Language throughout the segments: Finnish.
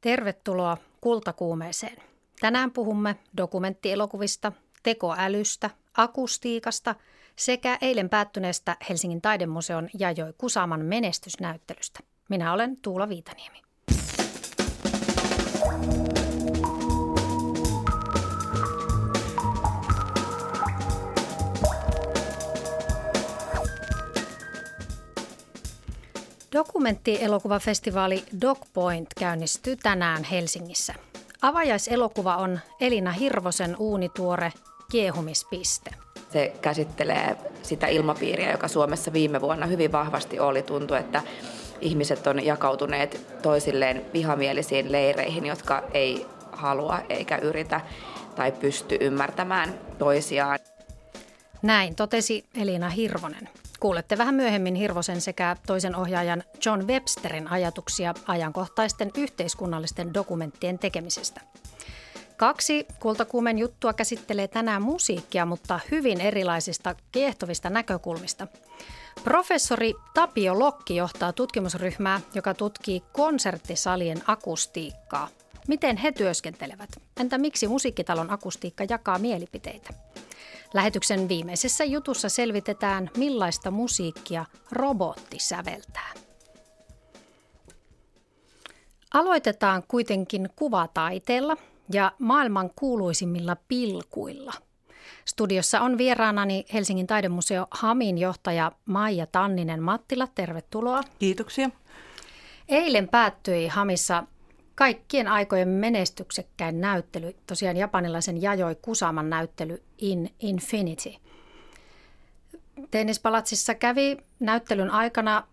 Tervetuloa Kultakuumeeseen. Tänään puhumme dokumenttielokuvista, tekoälystä, akustiikasta sekä eilen päättyneestä Helsingin taidemuseon Yayoi Kusaman menestysnäyttelystä. Minä olen Tuula Viitaniemi. Dokumenttielokuvafestivaali DocPoint käynnistyy tänään Helsingissä. Avajaiselokuva on Elina Hirvosen uunituore Kiehumispiste. Se käsittelee sitä ilmapiiriä, joka Suomessa viime vuonna hyvin vahvasti oli. Tuntui, että ihmiset on jakautuneet toisilleen vihamielisiin leireihin, jotka ei halua eikä yritä tai pysty ymmärtämään toisiaan. Näin totesi Elina Hirvonen. Kuulette vähän myöhemmin Hirvosen sekä toisen ohjaajan John Websterin ajatuksia ajankohtaisten yhteiskunnallisten dokumenttien tekemisestä. 2 Kultakuumen juttua käsittelee tänään musiikkia, mutta hyvin erilaisista kiehtovista näkökulmista. Professori Tapio Lokki johtaa tutkimusryhmää, joka tutkii konserttisalien akustiikkaa. Miten he työskentelevät? Entä miksi Musiikkitalon akustiikka jakaa mielipiteitä? Lähetyksen viimeisessä jutussa selvitetään, millaista musiikkia robotti säveltää. Aloitetaan kuitenkin kuvataiteella ja maailman kuuluisimmilla pilkuilla. Studiossa on vieraanani Helsingin taidemuseo HAMin johtaja Maija Tanninen-Mattila. Tervetuloa. Kiitoksia. Eilen päättyi HAMissa kaikkien aikojen menestyksekkäin näyttely, tosiaan japanilaisen Yayoi Kusaman näyttely In Infinity. Tennispalatsissa kävi näyttelyn aikana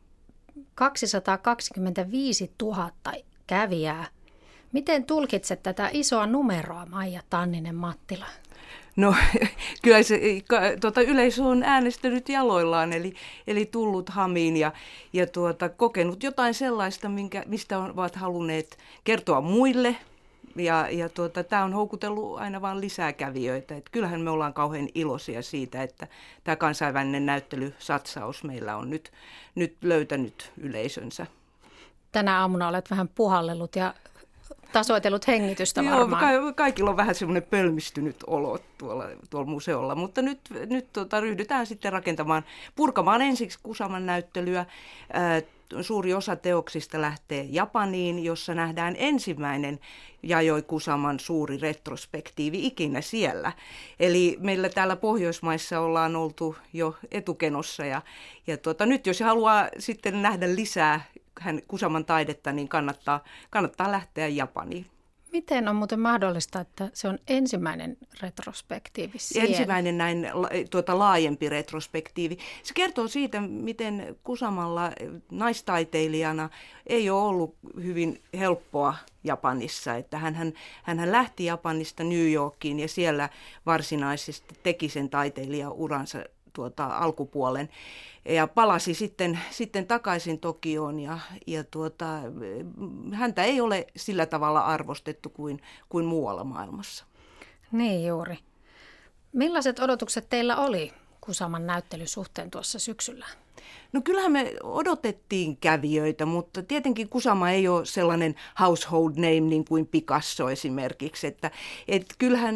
225 000 kävijää. Miten tulkitset tätä isoa numeroa, Maija Tanninen-Mattila? No kyllä se yleisö on äänestänyt jaloillaan, eli tullut HAMiin ja kokenut jotain sellaista, mistä ovat halunneet kertoa muille. Ja tämä on houkutellut aina vaan lisää kävijöitä. Et kyllähän me ollaan kauhean iloisia siitä, että tämä kansainvälinen näyttelysatsaus meillä on nyt löytänyt yleisönsä. Tänä aamuna olet vähän puhallellut ja tasoitellut hengitystä varmaan. Joo, kaikilla on vähän semmoinen pölmistynyt olo tuolla museolla, mutta nyt ryhdytään sitten purkamaan ensiksi Kusaman näyttelyä. Suuri osa teoksista lähtee Japaniin, jossa nähdään ensimmäinen Yayoi Kusaman suuri retrospektiivi ikinä siellä. Eli meillä täällä Pohjoismaissa ollaan oltu jo etukenossa ja nyt jos haluaa sitten nähdä lisää Kusaman taidetta, niin kannattaa lähteä Japaniin. Miten on muuten mahdollista, että se on ensimmäinen retrospektiivi siellä? Ensimmäinen näin laajempi retrospektiivi. Se kertoo siitä, miten Kusamalla naistaiteilijana ei ole ollut hyvin helppoa Japanissa. Että hän lähti Japanista New Yorkiin ja siellä varsinaisesti teki sen taiteilijauransa alkupuolen. Ja palasi sitten takaisin Tokioon ja häntä ei ole sillä tavalla arvostettu kuin muualla maailmassa. Niin juuri. Millaiset odotukset teillä oli Kusaman näyttelysuhteen tuossa syksyllä? No kyllähän me odotettiin kävijöitä, mutta tietenkin Kusama ei ole sellainen household name niin kuin Picasso esimerkiksi. Että kyllähän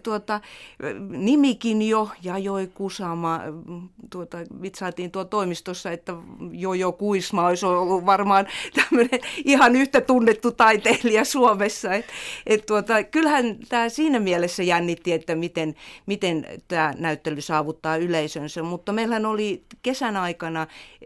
nimikin jo, Yayoi Kusama, vitsaatiin toimistossa, että Jojo Kuisma olisi ollut varmaan tämmöinen ihan yhtä tunnettu taiteilija Suomessa. Kyllähän tämä siinä mielessä jännitti, että miten tämä näyttely saavuttaa yleisönsä, mutta meillähän oli kesän aikana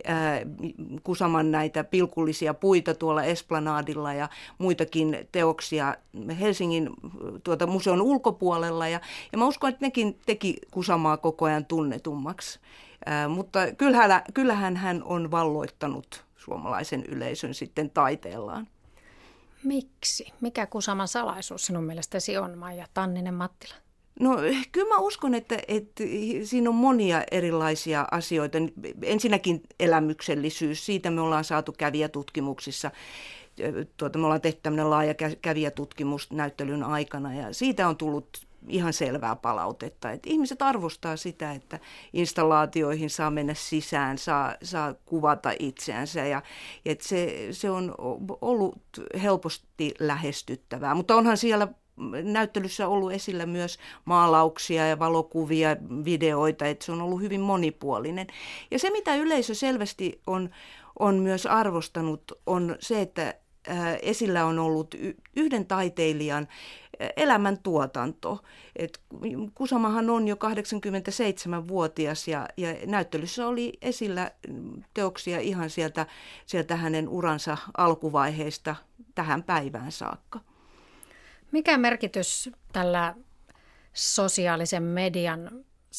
Kusaman näitä pilkullisia puita tuolla Esplanadilla ja muitakin teoksia Helsingin museon ulkopuolella. Ja mä uskon, että nekin teki Kusamaa koko ajan tunnetummaksi. Mutta kyllähän hän on valloittanut suomalaisen yleisön sitten taiteellaan. Miksi? Mikä Kusaman salaisuus sinun mielestäsi on, Maija Tanninen-Mattila? No kyllä mä uskon, että siinä on monia erilaisia asioita. Ensinnäkin elämyksellisyys, siitä me ollaan saatu kävijätutkimuksissa. Me ollaan tehty tämmöinen laaja kävijätutkimus näyttelyn aikana ja siitä on tullut ihan selvää palautetta. Että ihmiset arvostaa sitä, että installaatioihin saa mennä sisään, saa kuvata itseänsä ja että se on ollut helposti lähestyttävää. Mutta onhan siellä näyttelyssä ollut esillä myös maalauksia ja valokuvia, videoita, että se on ollut hyvin monipuolinen. Ja se, mitä yleisö selvästi on myös arvostanut, on se, että esillä on ollut yhden taiteilijan elämäntuotanto. Et Kusamahan on jo 87-vuotias ja näyttelyssä oli esillä teoksia ihan sieltä hänen uransa alkuvaiheesta tähän päivään saakka. Mikä merkitys tällä sosiaalisen median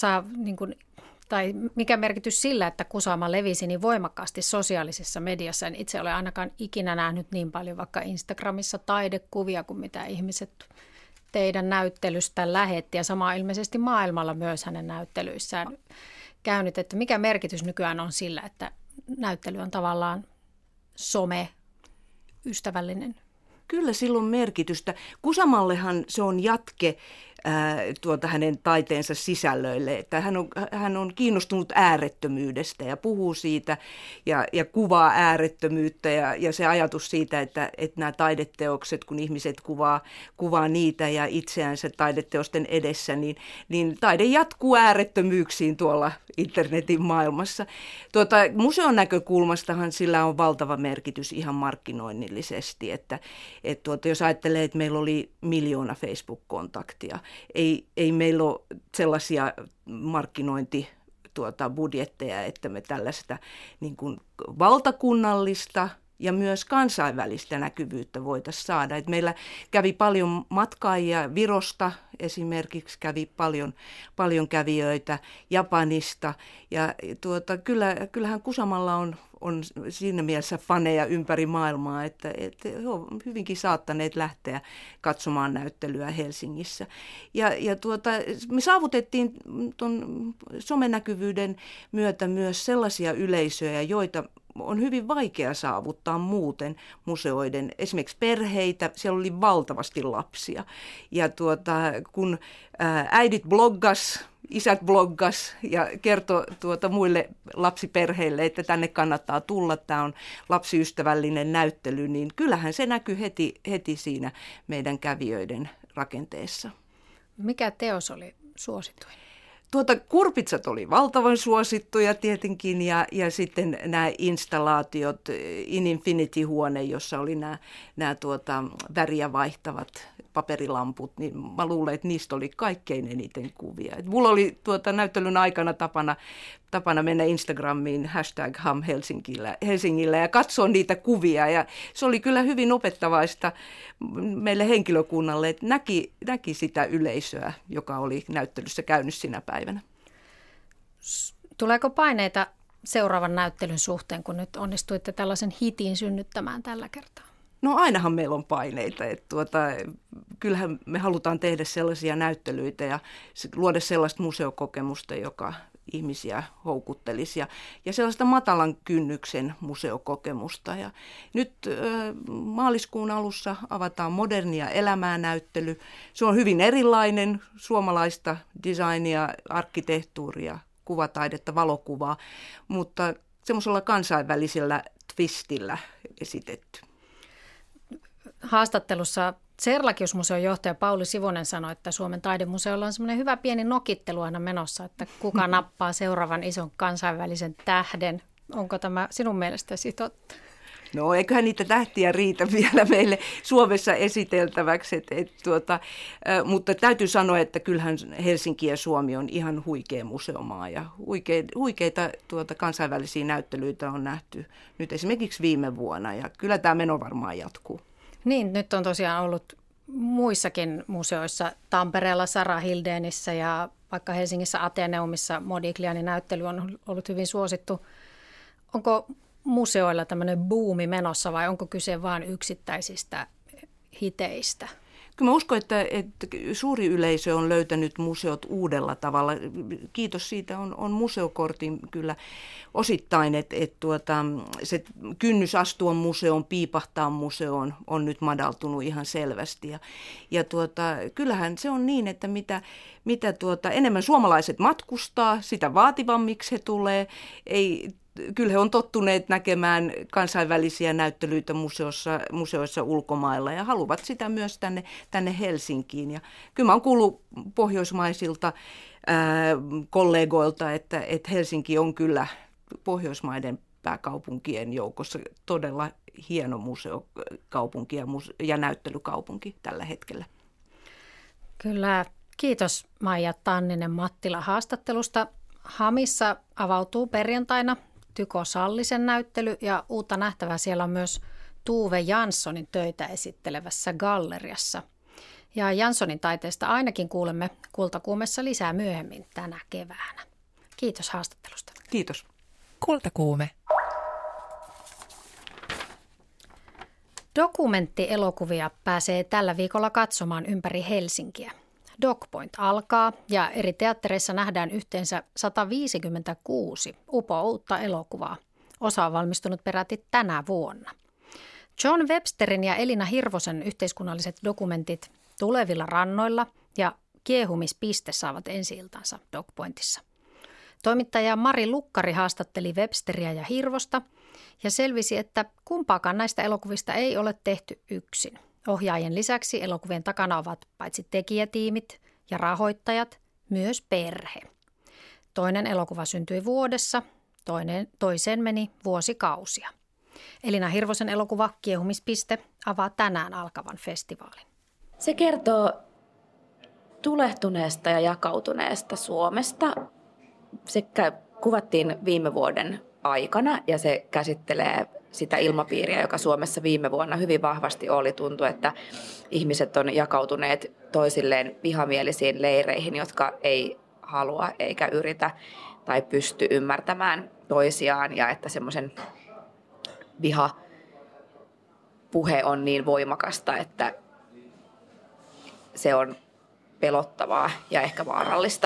tai mikä merkitys sillä, että Kusama levisi niin voimakkaasti sosiaalisessa mediassa? En itse ole ainakaan ikinä nähnyt niin paljon vaikka Instagramissa taidekuvia kuin mitä ihmiset teidän näyttelystä lähetti. Ja sama ilmeisesti maailmalla myös hänen näyttelyissään käynyt. Että mikä merkitys nykyään on sillä, että näyttely on tavallaan some-ystävällinen? Kyllä sillä on merkitystä. Kusamallehan se on jatke hänen taiteensa sisällöille, että hän on kiinnostunut äärettömyydestä ja puhuu siitä ja kuvaa äärettömyyttä ja se ajatus siitä, että nämä taideteokset, kun ihmiset kuvaa niitä ja itseänsä taideteosten edessä, niin taide jatkuu äärettömyyksiin tuolla internetin maailmassa. Museon näkökulmastahan sillä on valtava merkitys ihan markkinoinnillisesti, että jos ajattelee, että meillä oli 1 miljoona Facebook-kontaktia, ei meillä ole sellaisia markkinointibudjetteja, että me tällaista niin kuin valtakunnallista ja myös kansainvälistä näkyvyyttä voitaisiin saada. Et meillä kävi paljon matkaajia Virosta, esimerkiksi kävi paljon kävijöitä Japanista ja kyllähän Kusamalla on siinä mielessä faneja ympäri maailmaa, että he ovat hyvinkin saattaneet lähteä katsomaan näyttelyä Helsingissä. Me saavutettiin tuon somenäkyvyyden myötä myös sellaisia yleisöjä, joita on hyvin vaikea saavuttaa muuten museoiden, esimerkiksi perheitä, siellä oli valtavasti lapsia. Ja kun äidit bloggas, isät bloggas ja kertoi muille lapsiperheille, että tänne kannattaa tulla, tämä on lapsiystävällinen näyttely, niin kyllähän se näkyy heti siinä meidän kävijöiden rakenteessa. Mikä teos oli suosituin? Kurpitsat oli valtavan suosittuja tietenkin ja sitten nämä installaatiot, In Infinity-huone, jossa oli nämä väriä vaihtavat paperilamput, niin mä luulen, että niistä oli kaikkein eniten kuvia. Mulla oli näyttelyn aikana tapana mennä Instagramiin #ham Helsingillä ja katsoa niitä kuvia. Ja se oli kyllä hyvin opettavaista meille henkilökunnalle, että näki sitä yleisöä, joka oli näyttelyssä käynyt sinä päivänä. Tuleeko paineita seuraavan näyttelyn suhteen, kun nyt onnistuitte tällaisen hitin synnyttämään tällä kertaa? No ainahan meillä on paineita, että kyllähän me halutaan tehdä sellaisia näyttelyitä ja luoda sellaista museokokemusta, joka ihmisiä houkuttelisi ja sellaista matalan kynnyksen museokokemusta. Ja nyt maaliskuun alussa avataan Modernia elämää -näyttely. Se on hyvin erilainen suomalaista designia, arkkitehtuuria, kuvataidetta, valokuvaa, mutta semmoisella kansainvälisellä twistillä esitetty. Haastattelussa Serlachius-museon johtaja Pauli Sivonen sanoi, että Suomen taidemuseolla on semmoinen hyvä pieni nokittelu aina menossa, että kuka nappaa seuraavan ison kansainvälisen tähden. Onko tämä sinun mielestäsi totta? No eiköhän niitä tähtiä riitä vielä meille Suomessa esiteltäväksi, mutta täytyy sanoa, että kyllähän Helsinki ja Suomi on ihan huikea museomaa ja huikeita kansainvälisiä näyttelyitä on nähty nyt esimerkiksi viime vuonna ja kyllä tämä meno varmaan jatkuu. Niin, nyt on tosiaan ollut muissakin museoissa, Tampereella Sarah Hildenissä ja vaikka Helsingissä Ateneumissa Modiglianin näyttely on ollut hyvin suosittu. Onko museoilla tämmöinen buumi menossa vai onko kyse vain yksittäisistä hiteistä? Kyllä mä uskon, että suuri yleisö on löytänyt museot uudella tavalla. Kiitos siitä on museokortin kyllä osittain, että se kynnys astua museoon, piipahtaa museoon on nyt madaltunut ihan selvästi. Ja kyllähän se on niin, että mitä enemmän suomalaiset matkustaa, sitä vaativammiksi he tulee. Kyllä he on tottuneet näkemään kansainvälisiä näyttelyitä museoissa ulkomailla ja haluavat sitä myös tänne Helsinkiin. Ja kyllä mä oon kuullut pohjoismaisilta kollegoilta, että Helsinki on kyllä Pohjoismaiden pääkaupunkien joukossa todella hieno museokaupunki ja näyttelykaupunki tällä hetkellä. Kyllä, kiitos Maija Tanninen-Mattila haastattelusta. Hamissa avautuu perjantaina Tyko Sallisen näyttely ja uutta nähtävää siellä on myös Tuve Janssonin töitä esittelevässä galleriassa. Ja Janssonin taiteesta ainakin kuulemme Kultakuumessa lisää myöhemmin tänä keväänä. Kiitos haastattelusta. Kiitos. Kultakuume. Dokumenttielokuvia pääsee tällä viikolla katsomaan ympäri Helsinkiä. DocPoint alkaa ja eri teattereissa nähdään yhteensä 156 uutta elokuvaa. Osa on valmistunut peräti tänä vuonna. John Websterin ja Elina Hirvosen yhteiskunnalliset dokumentit Tulevilla rannoilla ja Kiehumispiste saavat ensi-iltansa DocPointissa. Toimittaja Mari Lukkari haastatteli Websteriä ja Hirvosta ja selvisi, että kumpaakaan näistä elokuvista ei ole tehty yksin. Ohjaajien lisäksi elokuvien takana ovat paitsi tekijätiimit ja rahoittajat, myös perhe. Toinen elokuva syntyi vuodessa, toiseen meni vuosikausia. Elina Hirvosen elokuva Kiehumispiste avaa tänään alkavan festivaalin. Se kertoo tulehtuneesta ja jakautuneesta Suomesta. Se kuvattiin viime vuoden aikana ja se käsittelee sitä ilmapiiriä, joka Suomessa viime vuonna hyvin vahvasti oli. Tuntui, että ihmiset on jakautuneet toisilleen vihamielisiin leireihin, jotka ei halua eikä yritä tai pysty ymmärtämään toisiaan ja että semmoisen vihapuhe on niin voimakasta, että se on pelottavaa ja ehkä vaarallista.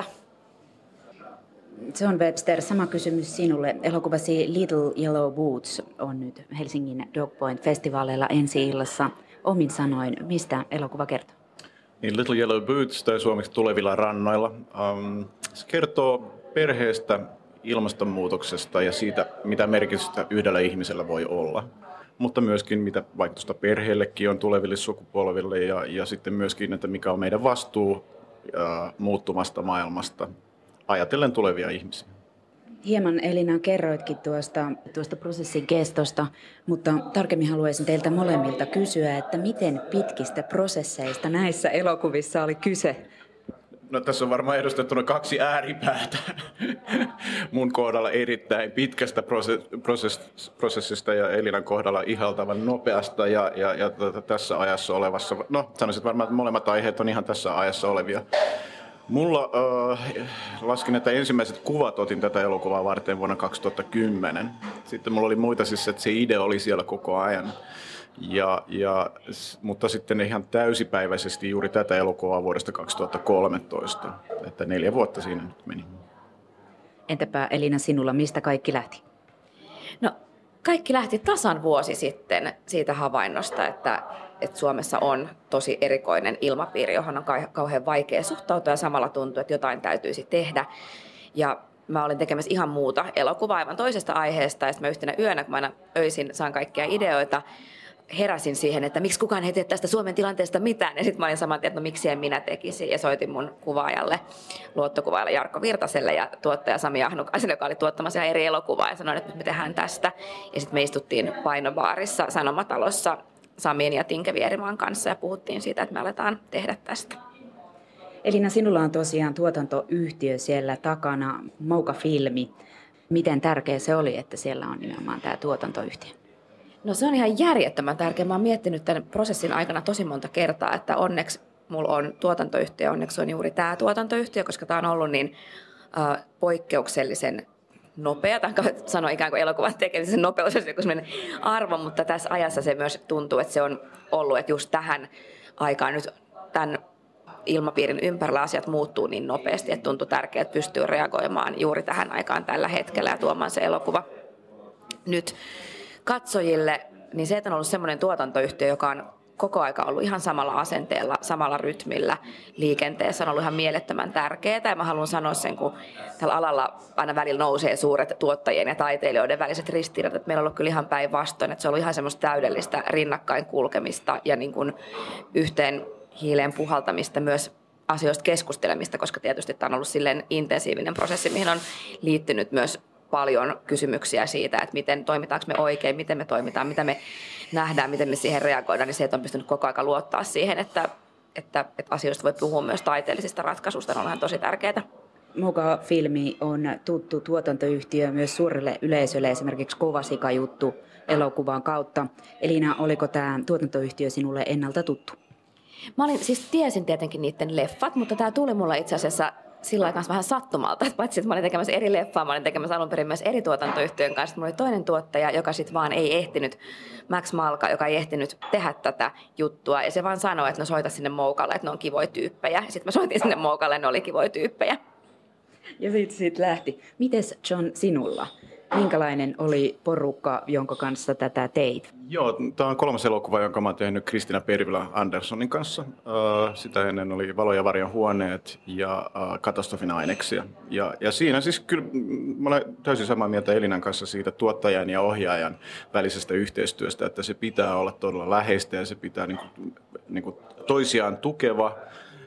John Webster, sama kysymys sinulle. Elokuvasi Little Yellow Boots on nyt Helsingin DocPoint-festivaaleilla ensi-illassa. Omin sanoin, mistä elokuva kertoo? Niin Little Yellow Boots tai suomeksi Tulevilla rannoilla. Se kertoo perheestä, ilmastonmuutoksesta ja siitä, mitä merkitystä yhdellä ihmisellä voi olla. Mutta myöskin mitä vaikutusta perheellekin on tuleville sukupolville ja sitten myöskin, että mikä on meidän vastuu muuttuvasta maailmasta ajatellen tulevia ihmisiä. Hieman Elina kerroitkin tuosta prosessin kestosta, mutta tarkemmin haluaisin teiltä molemmilta kysyä, että miten pitkistä prosesseista näissä elokuvissa oli kyse? No tässä on varmaan edustettuna kaksi ääripäätä. Mun kohdalla erittäin pitkästä prosessista ja Elinan kohdalla ihaltavan nopeasta ja tässä ajassa olevassa. No sanoisin varmaan, että molemmat aiheet on ihan tässä ajassa olevia. Mulla laskin, että ensimmäiset kuvat otin tätä elokuvaa varten vuonna 2010. Sitten mulla oli muita siis, että se idea oli siellä koko ajan. Mutta sitten ihan täysipäiväisesti juuri tätä elokuvaa vuodesta 2013. Että 4 vuotta siinä nyt meni. Entäpä Elina sinulla, mistä kaikki lähti? No kaikki lähti tasan vuosi sitten siitä havainnosta, että Suomessa on tosi erikoinen ilmapiiri, johon on kauhean vaikea suhtautua ja samalla tuntuu, että jotain täytyisi tehdä. Ja mä olin tekemässä ihan muuta elokuvaa aivan toisesta aiheesta ja sitten mä yhtenä yönä, kun mä aina öisin saan kaikkia ideoita, heräsin siihen, että miksi kukaan ei tee tästä Suomen tilanteesta mitään. Ja sitten mä olin saman tien, että no miksi en minä tekisi. Ja soitin mun kuvaajalle, luottokuvaajalle Jarkko Virtaselle ja tuottaja Sami Ahnukaisen, joka oli tuottamassa eri elokuvaa. Ja sanoin, että nyt me tehdään tästä. Ja sitten me istuttiin Painobaarissa Sanomatalossa Samin ja Tinke Vierimaan kanssa ja puhuttiin siitä, että me aletaan tehdä tästä. Elina, sinulla on tosiaan tuotantoyhtiö siellä takana, Mouka Filmi. Miten tärkeä se oli, että siellä on nimenomaan tämä tuotantoyhtiö? No se on ihan järjettömän tärkeä. Mä oon miettinyt tämän prosessin aikana tosi monta kertaa, että onneksi mulla on tuotantoyhtiö, onneksi on juuri tämä tuotantoyhtiö, koska tämä on ollut niin poikkeuksellisen nopea, tai sanoa ikään kuin elokuvan tekemisen nopeus, jos joku sellainen arvo, mutta tässä ajassa se myös tuntuu, että se on ollut, että just tähän aikaan nyt tämän ilmapiirin ympärillä asiat muuttuu niin nopeasti, että tuntui tärkeää, että pystyy reagoimaan juuri tähän aikaan tällä hetkellä ja tuomaan se elokuva nyt katsojille. Niin se, että on ollut semmoinen tuotantoyhtiö, joka on koko aika ollut ihan samalla asenteella, samalla rytmillä liikenteessä, on ollut ihan mielettömän tärkeää. Ja mä haluan sanoa sen, kun tällä alalla aina välillä nousee suuret tuottajien ja taiteilijoiden väliset ristiriidat, että meillä on ollut kyllä ihan päinvastoin, että se on ollut ihan semmoista täydellistä rinnakkain kulkemista ja niin kuin yhteen hiileen puhaltamista, myös asioista keskustelemista, koska tietysti tämä on ollut silleen intensiivinen prosessi, mihin on liittynyt myös paljon kysymyksiä siitä, että miten toimitaanko me oikein, miten me toimitaan, mitä me nähdään, miten me siihen reagoidaan, niin se, että on pystynyt koko ajan luottaa siihen, että asioista voi puhua myös taiteellisista ratkaisuista, on ihan tosi tärkeää. Moga-filmi on tuttu tuotantoyhtiö myös suurelle yleisölle, esimerkiksi Kovasika-juttu elokuvan kautta. Elina, oliko tämä tuotantoyhtiö sinulle ennalta tuttu? Mä tiesin tietenkin niiden leffat, mutta tämä tuli mulle itse asiassa sillä aikaa vähän sattumalta. Että paitsi, että mä olin tekemässä eri leffaa, mä olin tekemässä alun perin myös eri tuotantoyhtiön kanssa. Mulla oli toinen tuottaja, joka sitten vaan ei ehtinyt, Max Malka, joka ei ehtinyt tehdä tätä juttua. Ja se vaan sanoi, että no soita sinne Moukalle, että ne on kivoja tyyppejä. Ja sitten mä soitin sinne Moukalle, ne oli kivoja tyyppejä. Ja siitä lähti. Mites John sinulla? Minkälainen oli porukka, jonka kanssa tätä teit? Joo, tämä on 3. elokuva, jonka mä oon tehnyt Kristina Pervilä Anderssonin kanssa. Sitä ennen oli Valo ja varjon huoneet ja Katastrofin aineksia. Ja siinä siis kyllä mä olen täysin samaa mieltä Elinan kanssa siitä tuottajan ja ohjaajan välisestä yhteistyöstä, että se pitää olla todella läheistä ja se pitää niin kuin toisiaan tukeva.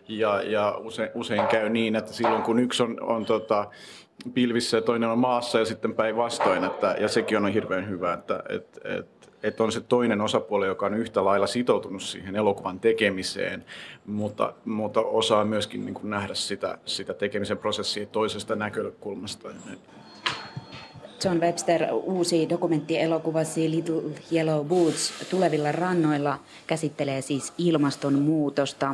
Ja usein käy niin, että silloin kun yksi on pilvissä ja toinen on maassa ja sitten päinvastoin, ja sekin on hirveän hyvä, että on se toinen osapuoli, joka on yhtä lailla sitoutunut siihen elokuvan tekemiseen, mutta osaa myöskin niin kuin nähdä sitä tekemisen prosessia toisesta näkökulmasta. John Webster, uusi dokumenttielokuvasi Little Yellow Boots tulevilla rannoilla käsittelee siis ilmastonmuutosta.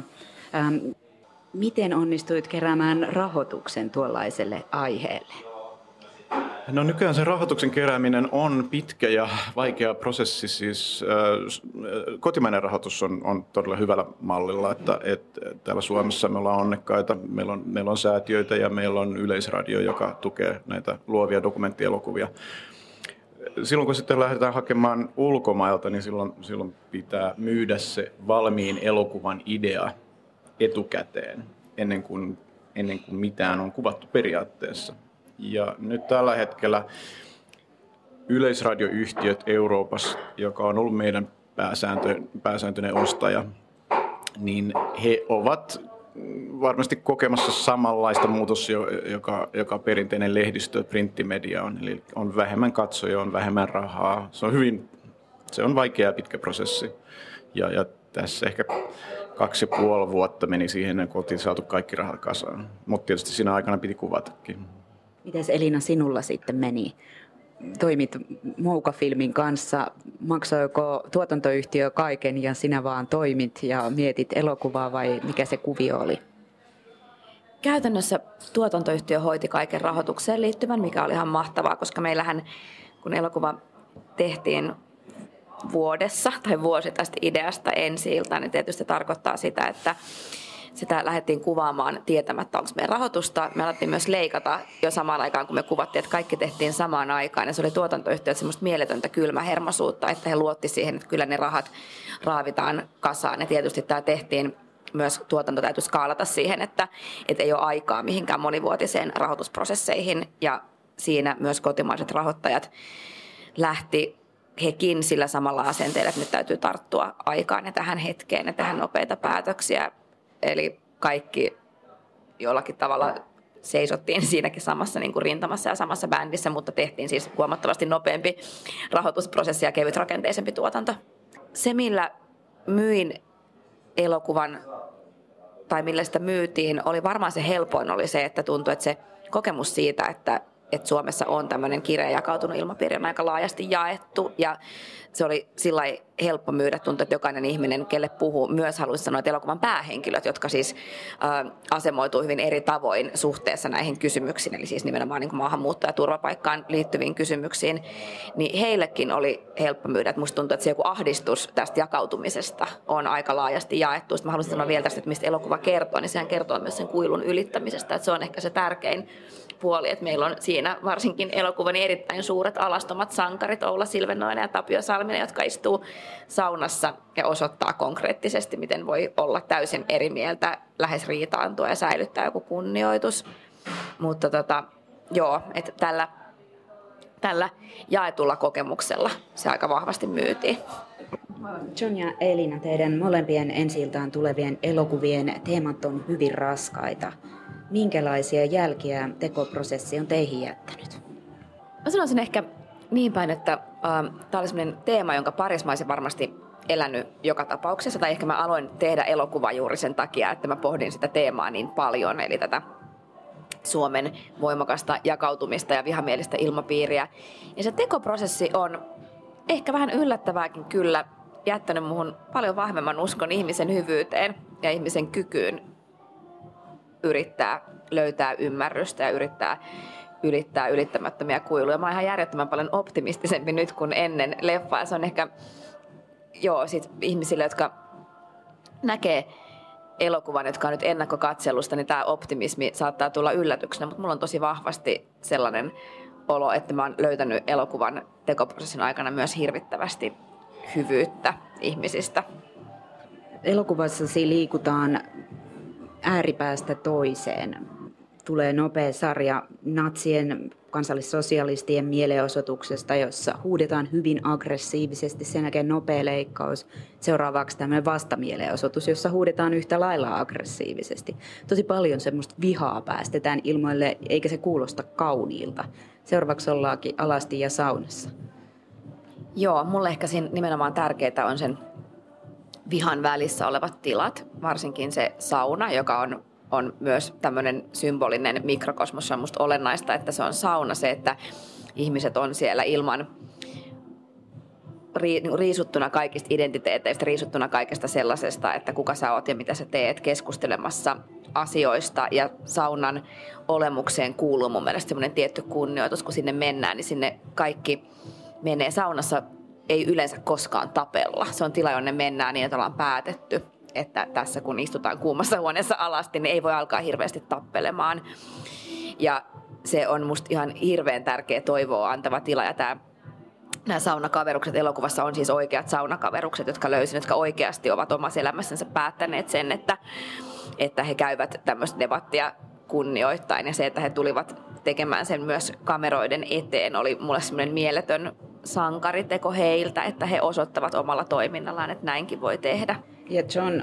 Miten onnistuit keräämään rahoituksen tuollaiselle aiheelle? No nykyään se rahoituksen kerääminen on pitkä ja vaikea prosessi. Siis, kotimainen rahoitus on todella hyvällä mallilla, että täällä Suomessa me ollaan onnekkaita. Meillä on säätiöitä ja meillä on Yleisradio, joka tukee näitä luovia dokumenttielokuvia. Silloin kun sitten lähdetään hakemaan ulkomailta, niin silloin pitää myydä se valmiin elokuvan idea etukäteen, ennen kuin mitään on kuvattu periaatteessa. Ja nyt tällä hetkellä yleisradioyhtiöt Euroopassa, joka on ollut meidän pääsääntöinen ostaja, niin he ovat varmasti kokemassa samanlaista muutosta, joka perinteinen lehdistö, printtimedia on. Eli on vähemmän katsojia, on vähemmän rahaa. Se on vaikea ja pitkä prosessi. Ja tässä ehkä 2,5 vuotta meni siihen, kun oltiin saatu kaikki rahat kasaan. Mutta tietysti siinä aikana piti kuvatakin. Mites Elina sinulla sitten meni? Toimit Mouka-filmin kanssa. Maksoiko tuotantoyhtiö kaiken ja sinä vaan toimit ja mietit elokuvaa vai mikä se kuvio oli? Käytännössä tuotantoyhtiö hoiti kaiken rahoitukseen liittyvän, mikä oli ihan mahtavaa, koska meillähän kun elokuva tehtiin vuodessa tai vuosi tästä ideasta ensi-iltaan, niin tietysti tarkoittaa sitä, että sitä lähdettiin kuvaamaan tietämättä, onko meidän rahoitusta. Me alettiin myös leikata jo samaan aikaan, kun me kuvattiin, että kaikki tehtiin samaan aikaan. Ja se oli tuotantoyhtiöt semmoista mieletöntä kylmähermosuutta, että he luotti siihen, että kyllä ne rahat raavitaan kasaan. Ja tietysti tämä tehtiin myös, tuotanto täytyy skaalata siihen, että ei ole aikaa mihinkään monivuotiseen rahoitusprosesseihin. Ja siinä myös kotimaiset rahoittajat lähti hekin sillä samalla asenteella, että nyt täytyy tarttua aikaan ja tähän hetkeen ja tehdä nopeita päätöksiä. Eli kaikki jollakin tavalla seisottiin siinäkin samassa niin kuin rintamassa ja samassa bändissä, mutta tehtiin siis huomattavasti nopeampi rahoitusprosessi ja kevytrakenteisempi tuotanto. Se, millä myin elokuvan tai millä sitä myytiin, oli varmaan se helpoin oli se, että tuntui, että se kokemus siitä, että että Suomessa on tämmöinen kirja jakautunut ilmapiiri on aika laajasti jaettu ja se oli sillä lailla helppo myydä. Tuntui, että jokainen ihminen, kelle puhuu, myös haluaisi sanoa, että elokuvan päähenkilöt, jotka siis asemoituu hyvin eri tavoin suhteessa näihin kysymyksiin, eli siis nimenomaan niin kuin maahanmuutto- ja turvapaikkaan liittyviin kysymyksiin, niin heillekin oli helppo myydä. Että musta tuntuu, että se joku ahdistus tästä jakautumisesta on aika laajasti jaettu. Sitten mä haluaisin sanoa vielä tästä, että mistä elokuva kertoo, niin sehän kertoo myös sen kuilun ylittämisestä, että se on ehkä se tärkein puoli, että meillä on siinä varsinkin elokuvan erittäin suuret alastomat sankarit Oula Silvennoinen ja Tapio Salminen, jotka istuu saunassa ja osoittaa konkreettisesti, miten voi olla täysin eri mieltä, lähes riitaantua ja säilyttää joku kunnioitus. Mutta joo, että tällä jaetulla kokemuksella se aika vahvasti myytiin. John ja Elina, teidän molempien ensi-iltaan tulevien elokuvien teemat on hyvin raskaita. Minkälaisia jälkiä tekoprosessi on teihin jättänyt? Mä sanoisin ehkä niin päin, että tämä oli sellainen teema, jonka parissa mä olisin varmasti elänyt joka tapauksessa. Tai ehkä mä aloin tehdä elokuvaa juuri sen takia, että mä pohdin sitä teemaa niin paljon. Eli tätä Suomen voimakasta jakautumista ja vihamielistä ilmapiiriä. Ja se tekoprosessi on ehkä vähän yllättävääkin kyllä jättänyt muhun paljon vahvemman uskon ihmisen hyvyyteen ja ihmisen kykyyn yrittää löytää ymmärrystä ja ylittää ylittämättömiä kuiluja. Mä oon ihan järjettömän paljon optimistisempi nyt kuin ennen leffaa. Se on ehkä sit ihmisille, jotka näkee elokuvan, jotka on nyt ennakkokatselusta, niin tämä optimismi saattaa tulla yllätyksenä, mutta mulla on tosi vahvasti sellainen olo, että mä oon löytänyt elokuvan tekoprosessin aikana myös hirvittävästi hyvyyttä ihmisistä. Elokuvassasi liikutaan ääripäästä toiseen. Tulee nopea sarja natsien kansallissosialistien mielenosoituksesta, jossa huudetaan hyvin aggressiivisesti, sen jälkeen nopea leikkaus. Seuraavaksi tämmöinen vastamielenosoitus, jossa huudetaan yhtä lailla aggressiivisesti. Tosi paljon semmoista vihaa päästetään ilmoille, eikä se kuulosta kauniilta. Seuraavaksi ollaankin alasti ja saunassa. Joo, mulle ehkä siinä nimenomaan tärkeää on sen vihan välissä olevat tilat, varsinkin se sauna, joka on myös tämmöinen symbolinen mikrokosmos. On musta olennaista, että se on sauna, se, että ihmiset on siellä ilman riisuttuna kaikista identiteeteistä, riisuttuna kaikesta sellaisesta, että kuka sä oot ja mitä sä teet, keskustelemassa asioista. Ja saunan olemukseen kuuluu mun mielestä semmoinen tietty kunnioitus, kun sinne mennään, niin sinne kaikki menee. Saunassa ei yleensä koskaan tapella. Se on tila, jonne mennään niin, että ollaan päätetty, että tässä kun istutaan kuumassa huoneessa alasti, niin ei voi alkaa hirveästi tappelemaan. Ja se on musta ihan hirveän tärkeä toivoa antava tila. Ja nämä saunakaverukset elokuvassa on siis oikeat saunakaverukset, jotka löysin, jotka oikeasti ovat omassa elämässänsä päättäneet sen, että he käyvät tämmöistä debattia kunnioittain. Ja se, että he tulivat tekemään sen myös kameroiden eteen, oli mulle semmoinen mieletön sankariteko heiltä, että he osoittavat omalla toiminnallaan, että näinkin voi tehdä. Ja John,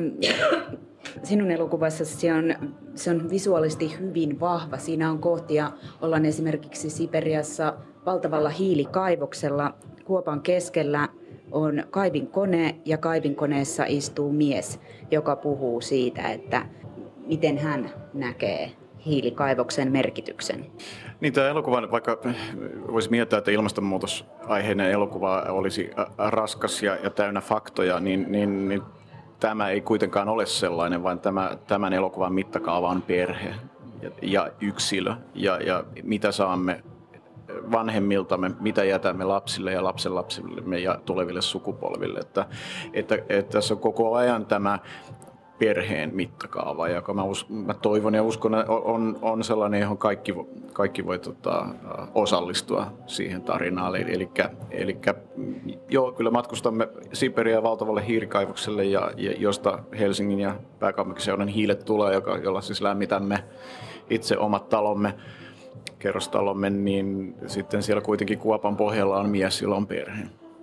sinun elokuvassasi se on visuaalisesti hyvin vahva. Siinä on kohtia, ollaan esimerkiksi Siperiassa valtavalla hiilikaivoksella. Kuopan keskellä on kaivinkone ja kaivinkoneessa istuu mies, joka puhuu siitä, että miten hän näkee hiilikaivoksen merkityksen. Niin, tämä elokuva, vaikka voisi miettiä, että ilmastonmuutosaiheinen elokuva olisi raskas ja täynnä faktoja, niin tämä ei kuitenkaan ole sellainen, vaan tämän elokuvan mittakaava on perhe ja yksilö ja mitä saamme vanhemmiltamme, mitä jätämme lapsille ja lapsenlapsillemme ja tuleville sukupolville. Että tässä on koko ajan tämä perheen mittakaava, joka mä toivon ja uskon, on sellainen, johon kaikki voi osallistua siihen tarinaan. Eli joo, kyllä matkustamme Siperiaan valtavalle hiirikaivokselle, ja josta Helsingin ja pääkaupunkiseudun hiilet tulee, jolla siis lämmitämme itse omat talomme, kerrostalomme, niin sitten siellä kuitenkin kuopan pohjalla on mies, jolla on perhe.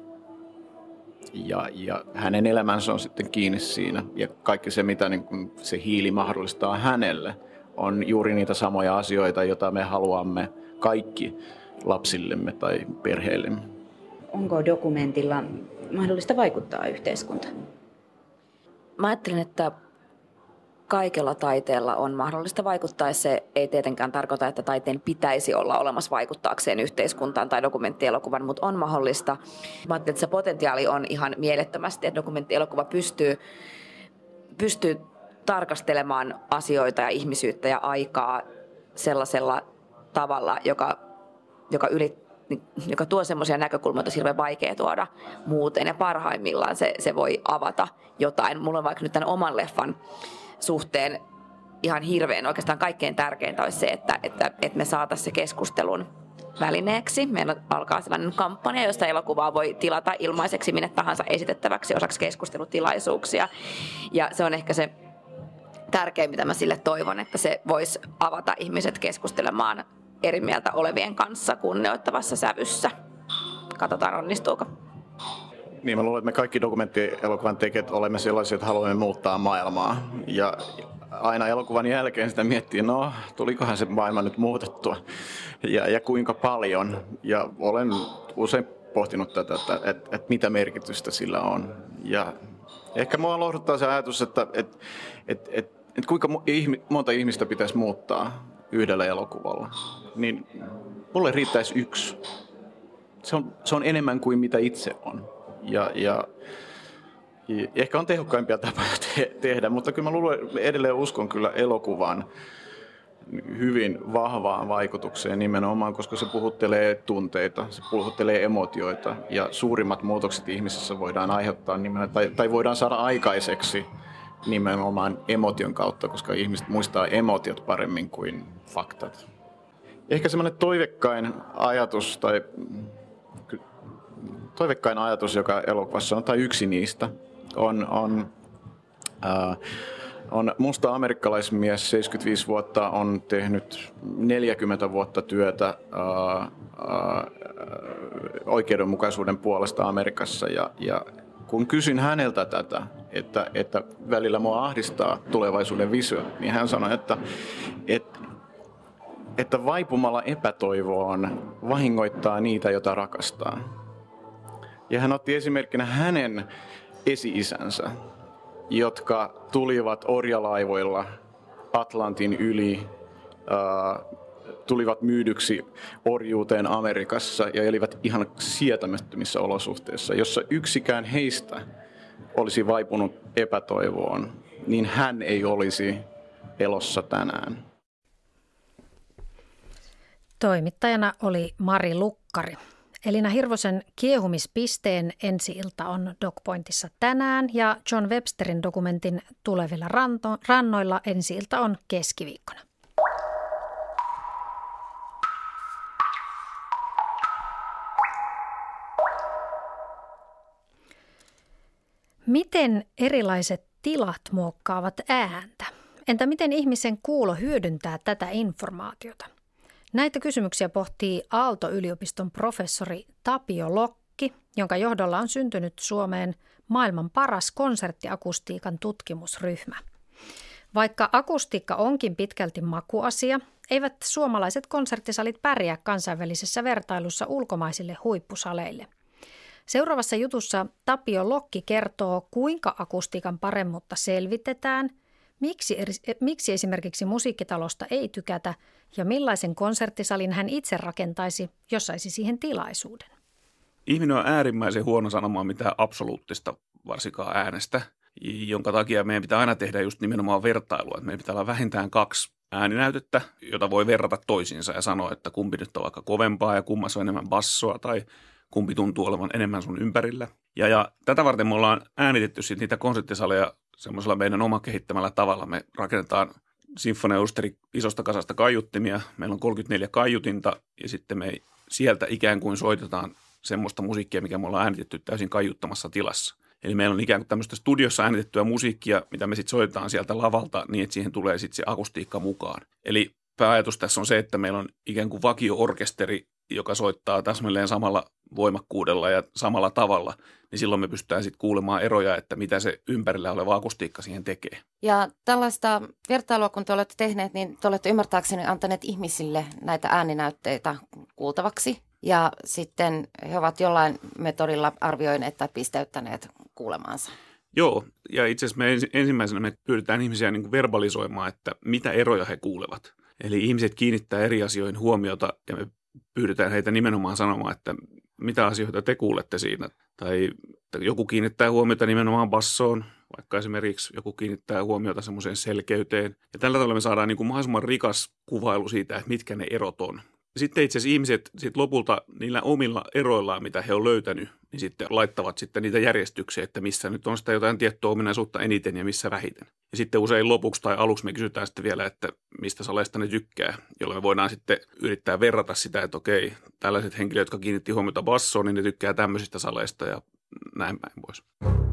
Ja hänen elämänsä on sitten kiinni siinä. Ja kaikki se, mitä niin kuin se hiili mahdollistaa hänelle, on juuri niitä samoja asioita, joita me haluamme kaikki lapsillemme tai perheillemme. Onko dokumentilla mahdollista vaikuttaa yhteiskuntaan? Mä ajattelin, että kaikella taiteella on mahdollista vaikuttaa. Se ei tietenkään tarkoita, että taiteen pitäisi olla olemassa vaikuttaakseen yhteiskuntaan tai dokumenttielokuvan, mutta on mahdollista. Mä ajattelin, että se potentiaali on ihan mielettömästi, että dokumenttielokuva pystyy tarkastelemaan asioita ja ihmisyyttä ja aikaa sellaisella tavalla, joka tuo semmoisia näkökulmia, joita on hirveän vaikea tuoda muuten. Ja parhaimmillaan se voi avata jotain. Mulla on vaikka nyt tämän oman leffan suhteen ihan hirveän, oikeastaan kaikkein tärkeintä olisi se, että me saataisiin se keskustelun välineeksi. Meillä alkaa sellainen kampanja, josta elokuvaa voi tilata ilmaiseksi minne tahansa esitettäväksi osaksi keskustelutilaisuuksia. Ja se on ehkä se tärkein, mitä mä sille toivon, että se voisi avata ihmiset keskustelemaan eri mieltä olevien kanssa kunnioittavassa sävyssä. Katsotaan, onnistuuko. Niin, mä luulen, että me kaikki dokumenttielokuvan tekijät olemme sellaisia, että haluamme muuttaa maailmaa. Ja aina elokuvan jälkeen sitä miettii, no tulikohan se maailma nyt muutettua ja kuinka paljon. Ja olen usein pohtinut tätä, että mitä merkitystä sillä on. Ja ehkä mua lohduttaa se ajatus, että kuinka monta ihmistä pitäisi muuttaa yhdellä elokuvalla. Niin mulle riittäisi yksi. Se on enemmän kuin mitä itse on. Ja ehkä on tehokkaimpia tapoja tehdä, mutta kyllä mä edelleen uskon kyllä elokuvan hyvin vahvaan vaikutukseen nimenomaan, koska se puhuttelee tunteita, se puhuttelee emotioita ja suurimmat muutokset ihmisessä voidaan aiheuttaa tai voidaan saada aikaiseksi nimenomaan emotion kautta, koska ihmiset muistaa emotiot paremmin kuin faktat. Ehkä semmoinen toivekkain ajatus, joka elokuvassa on, tai yksi niistä, on musta amerikkalaismies, 75 vuotta, on tehnyt 40 vuotta työtä oikeudenmukaisuuden puolesta Amerikassa. Ja kun kysyin häneltä tätä, että välillä mua ahdistaa tulevaisuuden visio, niin hän sanoi, että vaipumalla epätoivoon vahingoittaa niitä, joita rakastaa. Ja hän otti esimerkkinä hänen esi-isänsä, jotka tulivat orjalaivoilla Atlantin yli, tulivat myydyksi orjuuteen Amerikassa ja elivät ihan sietämättömissä olosuhteissa. Jossa yksikään heistä olisi vaipunut epätoivoon, niin hän ei olisi elossa tänään. Toimittajana oli Mari Lukkari. Elina Hirvosen Kiehumispisteen ensi-ilta on DocPointissa tänään ja John Websterin dokumentin Tulevilla rannoilla ensi-ilta on keskiviikkona. Miten erilaiset tilat muokkaavat ääntä? Entä miten ihmisen kuulo hyödyntää tätä informaatiota? Näitä kysymyksiä pohtii Aalto-yliopiston professori Tapio Lokki, jonka johdolla on syntynyt Suomeen maailman paras konserttiakustiikan tutkimusryhmä. Vaikka akustiikka onkin pitkälti makuasia, eivät suomalaiset konserttisalit pärjää kansainvälisessä vertailussa ulkomaisille huippusaleille. Seuraavassa jutussa Tapio Lokki kertoo, kuinka akustiikan paremmuutta selvitetään, miksi esimerkiksi musiikkitalosta ei tykätä ja millaisen konserttisalin hän itse rakentaisi, jos saisi siihen tilaisuuden. Ihminen on äärimmäisen huono sanomaan mitään absoluuttista, varsinkaan äänestä, jonka takia meidän pitää aina tehdä just nimenomaan vertailua. Että meidän pitää olla vähintään 2 ääninäytettä, jota voi verrata toisiinsa ja sanoa, että kumpi nyt on vaikka kovempaa ja kummassa on enemmän bassoa tai kumpi tuntuu olevan enemmän sun ympärillä. Ja tätä varten me ollaan äänitetty sitten niitä konserttisaleja semmoisella meidän oma kehittämällä tavalla. Me rakennetaan sinfoniaorkesteri isosta kasasta kaiuttimia. Meillä on 34 kaiutinta ja sitten me sieltä ikään kuin soitetaan semmoista musiikkia, mikä me ollaan äänitetty täysin kaiuttamassa tilassa. Eli meillä on ikään kuin tämmöistä studiossa äänitettyä musiikkia, mitä me sitten soitetaan sieltä lavalta niin, että siihen tulee sitten se akustiikka mukaan. Eli pääajatus tässä on se, että meillä on ikään kuin vakio-orkesteri, joka soittaa täsmälleen samalla voimakkuudella ja samalla tavalla, niin silloin me pystytään sitten kuulemaan eroja, että mitä se ympärillä oleva akustiikka siihen tekee. Ja tällaista vertailua, kun te olette tehneet, niin te olette ymmärtääkseni antaneet ihmisille näitä ääninäytteitä kuultavaksi. Ja sitten he ovat jollain metodilla arvioineet tai pisteyttäneet kuulemaansa. Joo, ja itse asiassa me ensimmäisenä me pyydetään ihmisiä niin kuin verbalisoimaan, että mitä eroja he kuulevat. Eli ihmiset kiinnittää eri asioihin huomiota ja me pyydetään heitä nimenomaan sanomaan, että mitä asioita te kuulette siinä. Tai joku kiinnittää huomiota nimenomaan bassoon, vaikka esimerkiksi joku kiinnittää huomiota semmoiseen selkeyteen. Ja tällä tavalla me saadaan niin kuin mahdollisimman rikas kuvailu siitä, että mitkä ne erot on. Sitten itse asiassa ihmiset sit lopulta niillä omilla eroillaan, mitä he on löytänyt, niin sitten laittavat sitten niitä järjestyksiä, että missä nyt on sitä jotain tiettyä ominaisuutta eniten ja missä vähiten. Ja sitten usein lopuksi tai aluksi me kysytään sitten vielä, että mistä saleista ne tykkää, jolloin me voidaan sitten yrittää verrata sitä, että okei, tällaiset henkilöt, jotka kiinnitti huomiota bassoon, niin ne tykkää tämmöisistä saleista ja näin päin pois.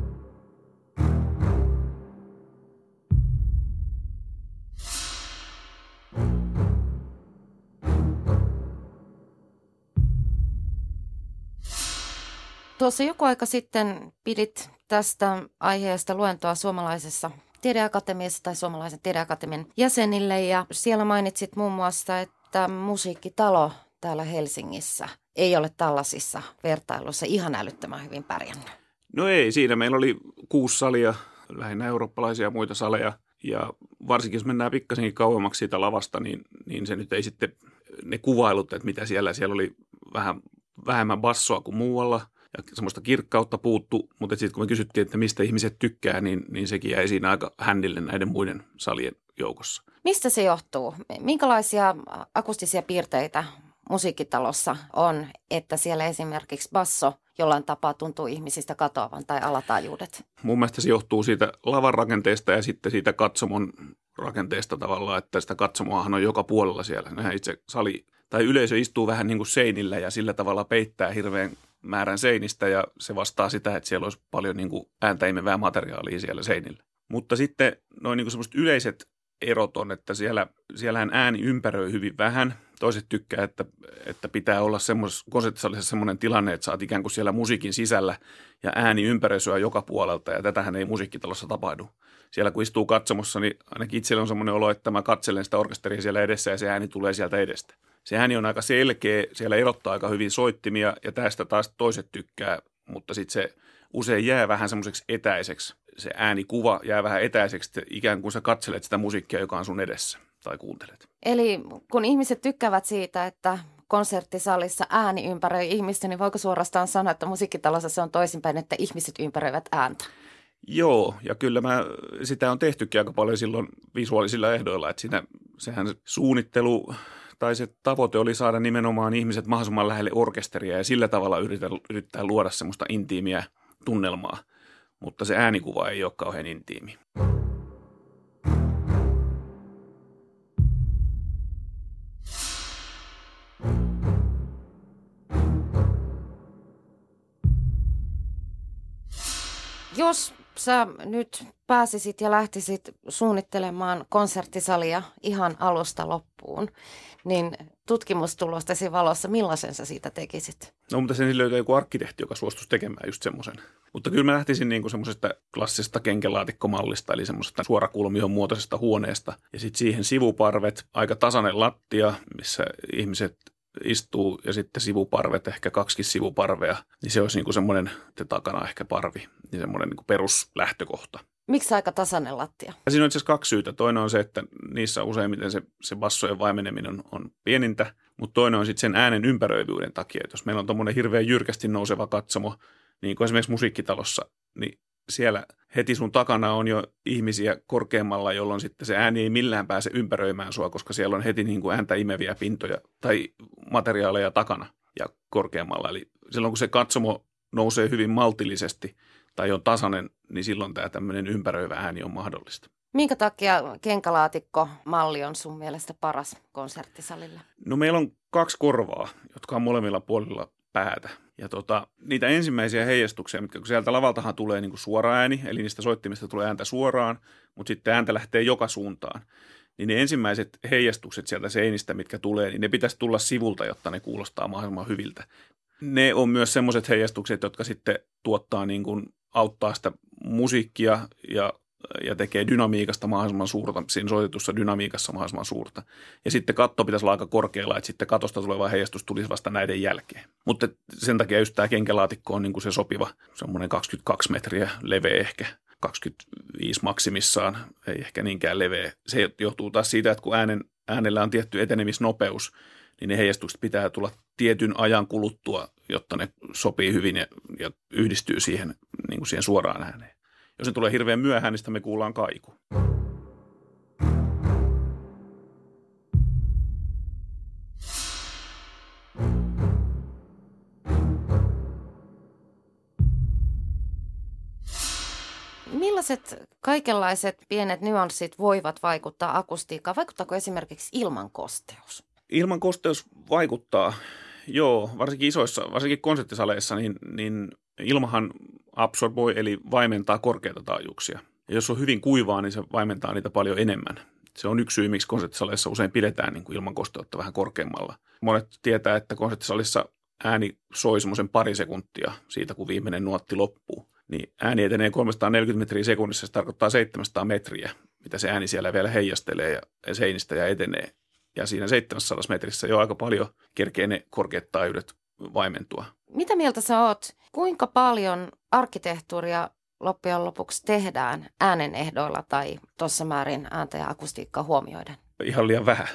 Tuossa joku aika sitten pidit tästä aiheesta luentoa suomalaisessa tiedeakatemiassa tai suomalaisen tiedeakatemian jäsenille ja siellä mainitsit muun muassa, että musiikkitalo täällä Helsingissä ei ole tällaisissa vertailuissa ihan älyttömän hyvin pärjännyt. No ei, siinä meillä oli 6 salia, lähinnä eurooppalaisia ja muita saleja ja varsinkin jos mennään pikkasenkin kauemmaksi siitä lavasta, niin se nyt ei sitten, ne kuvailut, että mitä siellä oli vähemmän bassoa kuin muualla. Ja semmoista kirkkautta puuttu, mutta sitten kun me kysyttiin, että mistä ihmiset tykkää, niin sekin jäi siinä aika hännille näiden muiden salien joukossa. Mistä se johtuu? Minkälaisia akustisia piirteitä musiikkitalossa on, että siellä esimerkiksi basso jollain tapaa tuntuu ihmisistä katoavan tai alataajuudet? Mun mielestä se johtuu siitä lavan rakenteesta ja sitten siitä katsomon rakenteesta tavallaan, että sitä katsomoahan on joka puolella siellä. Nehän itse sali tai yleisö istuu vähän niin kuin seinillä ja sillä tavalla peittää hirveän määrän seinistä ja se vastaa sitä, että siellä olisi paljon niin kuin ääntä imevää materiaalia siellä seinillä. Mutta sitten noin niin kuin semmoiset yleiset erot on, että siellähän ääni ympäröi hyvin vähän. Toiset tykkää, että pitää olla konserttisalissa semmoinen tilanne, että sä oot ikään kuin siellä musiikin sisällä ja ääni ympäröi sua joka puolelta ja tätähän ei musiikkitalossa tapahdu. Siellä kun istuu katsomossa, niin ainakin itsellä on semmoinen olo, että mä katselen sitä orkesteria siellä edessä ja se ääni tulee sieltä edestä. Se ääni on aika selkeä, siellä erottaa aika hyvin soittimia ja tästä taas toiset tykkää, mutta sitten se usein jää vähän semmoiseksi etäiseksi. Se äänikuva jää vähän etäiseksi, että ikään kuin sä katselet sitä musiikkia, joka on sun edessä tai kuuntelet. Eli kun ihmiset tykkäävät siitä, että konserttisalissa ääni ympäröi ihmistä, niin voiko suorastaan sanoa, että musiikkitalossa se on toisinpäin, että ihmiset ympäröivät ääntä? Joo, ja kyllä sitä on tehtykin aika paljon silloin visuaalisilla ehdoilla, että sehän suunnittelu tai se tavoite oli saada nimenomaan ihmiset mahdollisimman lähelle orkesteria ja sillä tavalla yrittää luoda semmoista intiimiä tunnelmaa, mutta se äänikuva ei ole kauhean intiimi. Jos sä nyt pääsisit ja lähtisit suunnittelemaan konserttisalia ihan alusta loppuun, niin tutkimustulostesi valossa millaisen sä siitä tekisit? No, mutta sen löytää joku arkkitehti, joka suostuisi tekemään just semmoisen. Mutta kyllä mä lähtisin niin kuin semmoisesta klassisesta kenkälaatikkomallista, eli semmoisesta suorakulmion muotoisesta huoneesta. Ja sitten siihen sivuparvet, aika tasainen lattia, missä ihmiset istuu ja sitten sivuparvet, ehkä 2 sivuparvea, niin se olisi niin kuin semmoinen, takana ehkä parvi, niin semmoinen niin kuin peruslähtökohta. Miksi aika tasainen lattia? Ja siinä on itse asiassa 2 syytä. Toinen on se, että niissä useimmiten se bassojen vaimeneminen on pienintä, mutta toinen on sitten sen äänen ympäröivyyden takia. Että jos meillä on tuommoinen hirveän jyrkästi nouseva katsomo, niin kuin esimerkiksi musiikkitalossa, niin siellä heti sun takana on jo ihmisiä korkeammalla, jolloin sitten se ääni ei millään pääse ympäröimään sua, koska siellä on heti niin kuin ääntä imeviä pintoja tai materiaaleja takana ja korkeammalla. Eli silloin kun se katsomo nousee hyvin maltillisesti tai on tasainen, niin silloin tämä tämmöinen ympäröivä ääni on mahdollista. Minkä takia kenkälaatikko-malli on sun mielestä paras konserttisalille? No meillä on 2 korvaa, jotka on molemmilla puolilla päätä. Ja niitä ensimmäisiä heijastuksia, mitkä kun sieltä lavaltahan tulee niin kuin suora ääni, eli niistä soittimista tulee ääntä suoraan, mutta sitten ääntä lähtee joka suuntaan. Niin ne ensimmäiset heijastukset sieltä seinistä, mitkä tulee, niin ne pitäisi tulla sivulta, jotta ne kuulostaa mahdollisimman hyviltä. Ne on myös semmoiset heijastukset, jotka sitten tuottaa niin kuin, auttaa sitä musiikkia ja tekee dynamiikasta mahdollisimman suurta, siinä soitetussa dynamiikassa mahdollisimman suurta. Ja sitten katto pitäisi olla aika korkealla, että sitten katosta tuleva heijastus tulisi vasta näiden jälkeen. Mutta sen takia just tämä kenkälaatikko on niin kuin se sopiva, semmoinen 22 metriä leveä ehkä. 25 maksimissaan, ei ehkä niinkään leveä. Se johtuu taas siitä, että kun äänellä on tietty etenemisnopeus, niin ne heijastukset pitää tulla tietyn ajan kuluttua, jotta ne sopii hyvin ja yhdistyy siihen, niin kuin siihen suoraan ääneen. Jos ne tulee hirveän myöhään, niin sitä me kuullaan kaiku. Millaiset kaikenlaiset pienet nyanssit voivat vaikuttaa akustiikkaan? Vaikuttaako esimerkiksi ilmankosteus? Ilmankosteus vaikuttaa, joo, varsinkin konserttisaleissa, niin ilmahan absorboi eli vaimentaa korkeita taajuuksia. Ja jos on hyvin kuivaa, niin se vaimentaa niitä paljon enemmän. Se on yksi syy, miksi konserttisaleissa usein pidetään niin kuin ilmankosteutta vähän korkeammalla. Monet tietää, että konserttisalissa ääni soi semmoisen pari sekuntia siitä, kun viimeinen nuotti loppuu. Niin ääni etenee 340 metriä sekunnissa, se tarkoittaa 700 metriä, mitä se ääni siellä vielä heijastelee ja seinistä ja etenee. Ja siinä 700 metrissä jo aika paljon kerkee ne korkeat taajuudet vaimentua. Mitä mieltä sä oot? Kuinka paljon arkkitehtuuria loppujen lopuksi tehdään äänen ehdoilla tai tuossa määrin ääntä ja akustiikkaa huomioiden? Ihan liian vähän.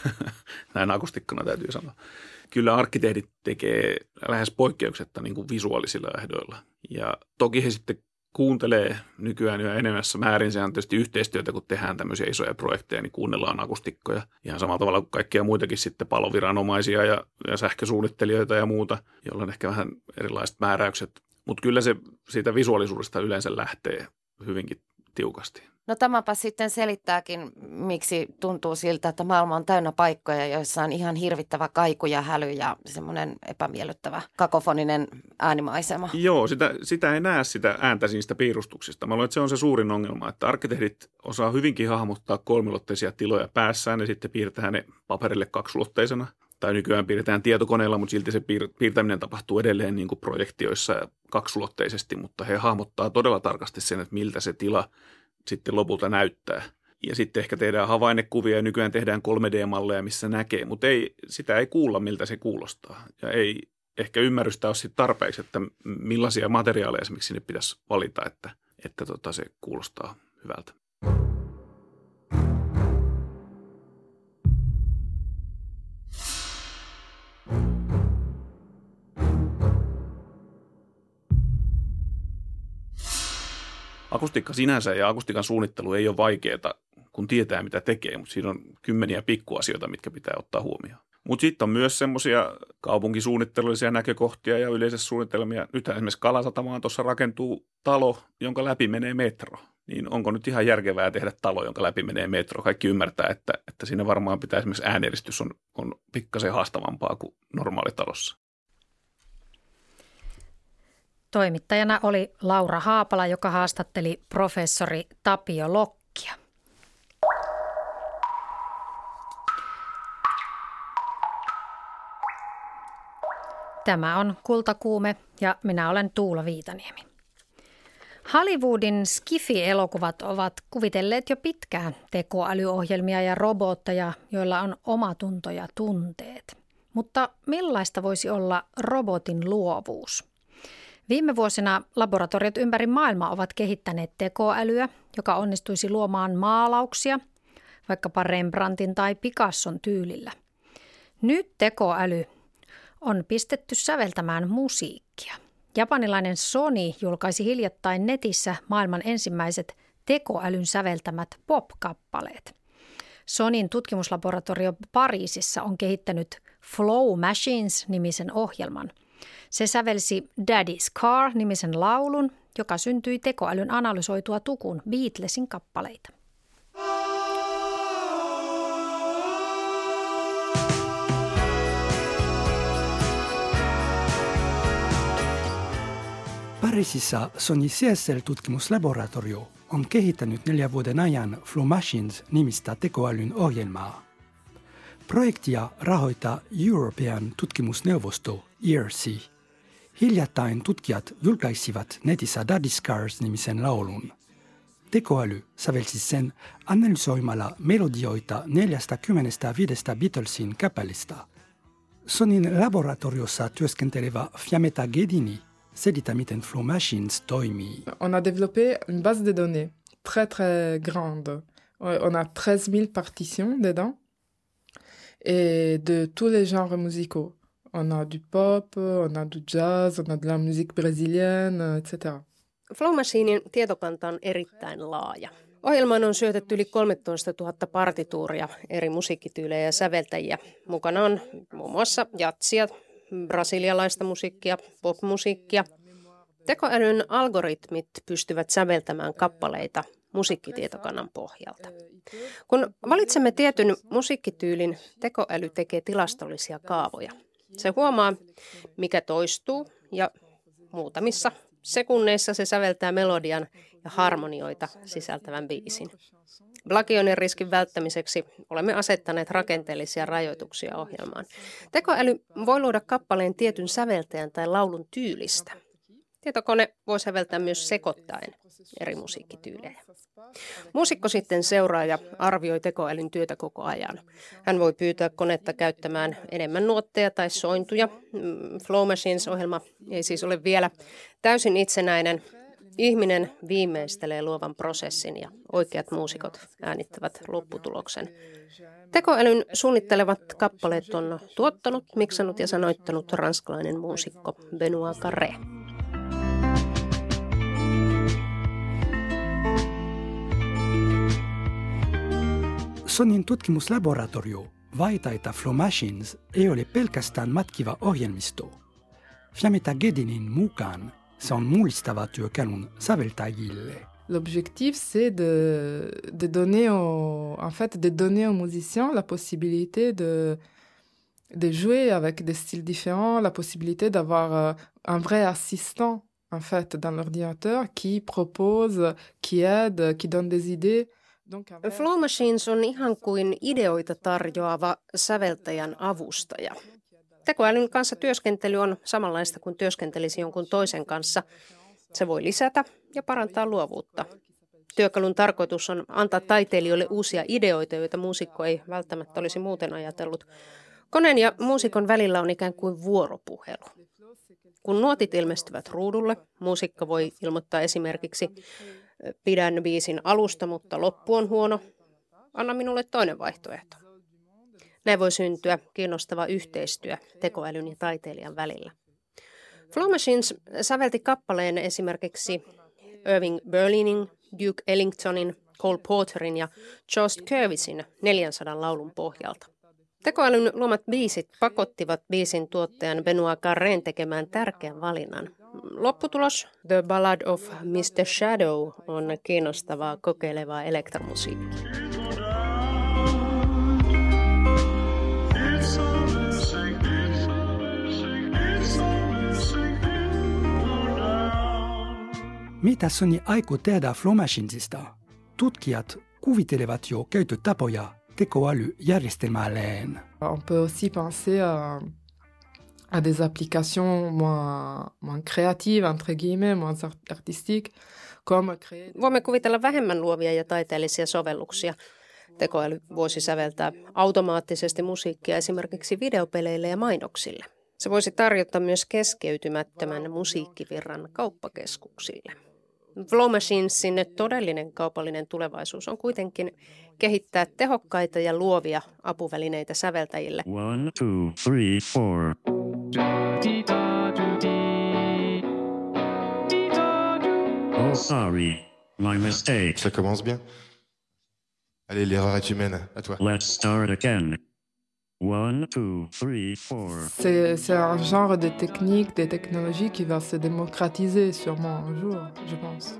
Näin akustiikkana täytyy sanoa. Kyllä arkkitehdit tekee lähes poikkeuksetta niin kuin visuaalisilla ehdoilla. Ja toki he sitten kuuntelee nykyään yhä enemmässä määrin. Se on tietysti yhteistyötä, kun tehdään tämmöisiä isoja projekteja, niin kuunnellaan akustikkoja. Ihan samalla tavalla kuin kaikkia muitakin sitten paloviranomaisia ja sähkösuunnittelijoita ja muuta, joilla on ehkä vähän erilaiset määräykset. Mutta kyllä se siitä visuaalisuudesta yleensä lähtee hyvinkin tiukasti. No tämäpä sitten selittääkin, miksi tuntuu siltä, että maailma on täynnä paikkoja, joissa on ihan hirvittävä kaiku ja häly ja semmoinen epämiellyttävä kakofoninen äänimaisema. Joo, sitä ei näe sitä ääntä niistä piirustuksista. Mä luulen, että se on se suurin ongelma, että arkkitehdit osaa hyvinkin hahmottaa kolmiulotteisia tiloja päässään ja sitten piirtää ne paperille kaksulotteisena. Tai nykyään piirretään tietokoneella, mutta silti se piirtäminen tapahtuu edelleen niin kuin projektioissa kaksulotteisesti, mutta he hahmottaa todella tarkasti sen, että miltä se tila sitten lopulta näyttää. Ja sitten ehkä tehdään havainnekuvia ja nykyään tehdään 3D-malleja, missä näkee, mutta sitä ei kuulla, miltä se kuulostaa. Ja ei ehkä ymmärrystä ole sitten tarpeeksi, että millaisia materiaaleja esimerkiksi sinne pitäisi valita, että se kuulostaa hyvältä. Akustiikka sinänsä ja akustiikan suunnittelu ei ole vaikeaa, kun tietää mitä tekee, mutta siinä on kymmeniä pikkuasioita, mitkä pitää ottaa huomioon. Mutta sitten on myös semmoisia kaupunkisuunnittelullisia näkökohtia ja yleisösuunnitelmia. Nythän esimerkiksi Kalasatamaan tuossa rakentuu talo, jonka läpi menee metro. Niin onko nyt ihan järkevää tehdä talo, jonka läpi menee metro? Kaikki ymmärtää, että siinä varmaan pitää esimerkiksi äänieristys on pikkasen haastavampaa kuin normaalitalossa. Toimittajana oli Laura Haapala, joka haastatteli professori Tapio Lokkia. Tämä on Kultakuume ja minä olen Tuula Viitaniemi. Hollywoodin skifi-elokuvat ovat kuvitelleet jo pitkään tekoälyohjelmia ja robotteja, joilla on omatunto ja tunteet. Mutta millaista voisi olla robotin luovuus? Viime vuosina laboratoriot ympäri maailmaa ovat kehittäneet tekoälyä, joka onnistuisi luomaan maalauksia, vaikkapa Rembrandtin tai Picasson tyylillä. Nyt tekoäly on pistetty säveltämään musiikkia. Japanilainen Sony julkaisi hiljattain netissä maailman ensimmäiset tekoälyn säveltämät pop-kappaleet. Sonyn tutkimuslaboratorio Pariisissa on kehittänyt Flow Machines-nimisen ohjelman. Se sävelsi Daddy's Car-nimisen laulun, joka syntyi tekoälyn analysoitua tukun Beatlesin kappaleita. Pariisissa Sony CSL-tutkimuslaboratorio on kehittänyt 4 vuoden ajan Flow Machines-nimistä tekoälyn ohjelmaa. Projektia rahoittaa European tutkimusneuvosto ERC. Hiljattain tutkijat julkaisivat netissä Daddy's Cars-nimisen laulun. Tekoäly sävelsi sen analysoimalla melodioita 45 Beatlesin kappaleesta. Sonyn laboratoriossa työskentelevä Fiammetta Ghedini selitä, miten Flow Machines toimii. On a développé une base de données très très grande. On a 13 000 partitions dedans et de tous les genres musicaux. On a du pop, on a du jazz, on a de la musique brésilienne, etc. Flow Machinein tietokanta on erittäin laaja. Ohjelmaan on syötetty yli 13 000 partituuria eri musiikkityylejä ja säveltäjiä. Mukana on muun muassa jatsia, brasilialaista musiikkia, popmusiikkia. Tekoälyn algoritmit pystyvät säveltämään kappaleita musiikkitietokannan pohjalta. Kun valitsemme tietyn musiikkityylin, tekoäly tekee tilastollisia kaavoja. Se huomaa, mikä toistuu, ja muutamissa sekunneissa se säveltää melodian ja harmonioita sisältävän biisin. Plagioinnin riskin välttämiseksi olemme asettaneet rakenteellisia rajoituksia ohjelmaan. Tekoäly voi luoda kappaleen tietyn säveltäjän tai laulun tyylistä. Tietokone voi säveltää myös sekoittaen eri musiikkityylejä. Muusikko sitten seuraa ja arvioi tekoälyn työtä koko ajan. Hän voi pyytää konetta käyttämään enemmän nuotteja tai sointuja. Flow Machines-ohjelma ei siis ole vielä täysin itsenäinen. Ihminen viimeistelee luovan prosessin ja oikeat muusikot äänittävät lopputuloksen. Tekoälyn suunnittelevat kappaleet on tuottanut, miksannut ja sanoittanut ranskalainen muusikko Benoît Carré. Sonin tutkimuslaboratorio Vaitaita Flow Machines ei ole pelkästään matkiva ohjelmisto. Fiammetta Gedinin mukaan se on mullistava työkalun säveltäjille. L'objectif, c'est de donner aux musiciens la possibilité de jouer avec des styles différents, la possibilité d'avoir un vrai assistant en fait dans l'ordinateur qui propose, qui aide, qui donne des idées. Flow Machines on ihan kuin ideoita tarjoava säveltäjän avustaja. Tekoälyn kanssa työskentely on samanlaista kuin työskentelisi jonkun toisen kanssa. Se voi lisätä ja parantaa luovuutta. Työkalun tarkoitus on antaa taiteilijoille uusia ideoita, joita muusikko ei välttämättä olisi muuten ajatellut. Koneen ja muusikon välillä on ikään kuin vuoropuhelu. Kun nuotit ilmestyvät ruudulle, muusikko voi ilmoittaa esimerkiksi: pidän biisin alusta, mutta loppu on huono. Anna minulle toinen vaihtoehto. Näin voi syntyä kiinnostava yhteistyö tekoälyn ja taiteilijan välillä. Flow Machines sävelti kappaleen esimerkiksi Irving Berlinin, Duke Ellingtonin, Cole Porterin ja Jost Curvisin 400 laulun pohjalta. Tekoälyn luomat biisit pakottivat biisin tuottajan Benoît Carrén tekemään tärkeän valinnan. Lopputulos, The Ballad of Mr. Shadow, on kiinnostavaa kokeilevaa elektromusiikkia. Mitä Sony aikoo tehdä Flow Machinesista? Tutkijat kuvittelevat jo käyttötapoja tekoälyjärjestelmälleen. On peut aussi penser à des applications moins créatives, entre guillemets, moins artistiques, comme créer... Voimme kuvitella vähemmän luovia ja taiteellisia sovelluksia. Tekoäly voisi säveltää automaattisesti musiikkia esimerkiksi videopeleille ja mainoksille. Se voisi tarjota myös keskeytymättömän musiikkivirran kauppakeskuksille. Flow Machinesin todellinen kaupallinen tulevaisuus on kuitenkin kehittää tehokkaita ja luovia apuvälineitä säveltäjille. 1, 2, 3, 4. Oh, sorry. My mistake. Ça commence bien. Allez, l'erreur est humaine. À toi. Let's start again. 1, 2, 3, 4. C'est un genre de technique, de technologie qui va se démocratiser sûrement un jour, je pense.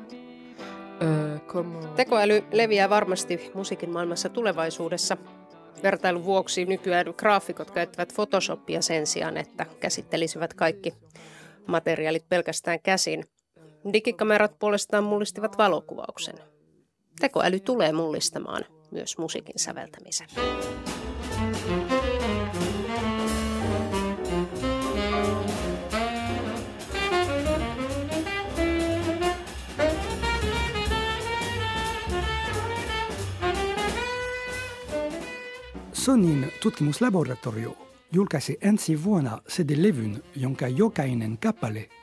Tekoäly leviää varmasti musiikin maailmassa tulevaisuudessa. Vertailun vuoksi nykyään graafikot käyttävät Photoshopia sen sijaan, että käsittelisivät kaikki materiaalit pelkästään käsin. Digikamerat puolestaan mullistivat valokuvauksen. Tekoäly tulee mullistamaan myös musiikin säveltämisen. Sonyn tutkimuslaboratorio julkaisi ensi vuonna CD-levyn, jonka jokainen kappale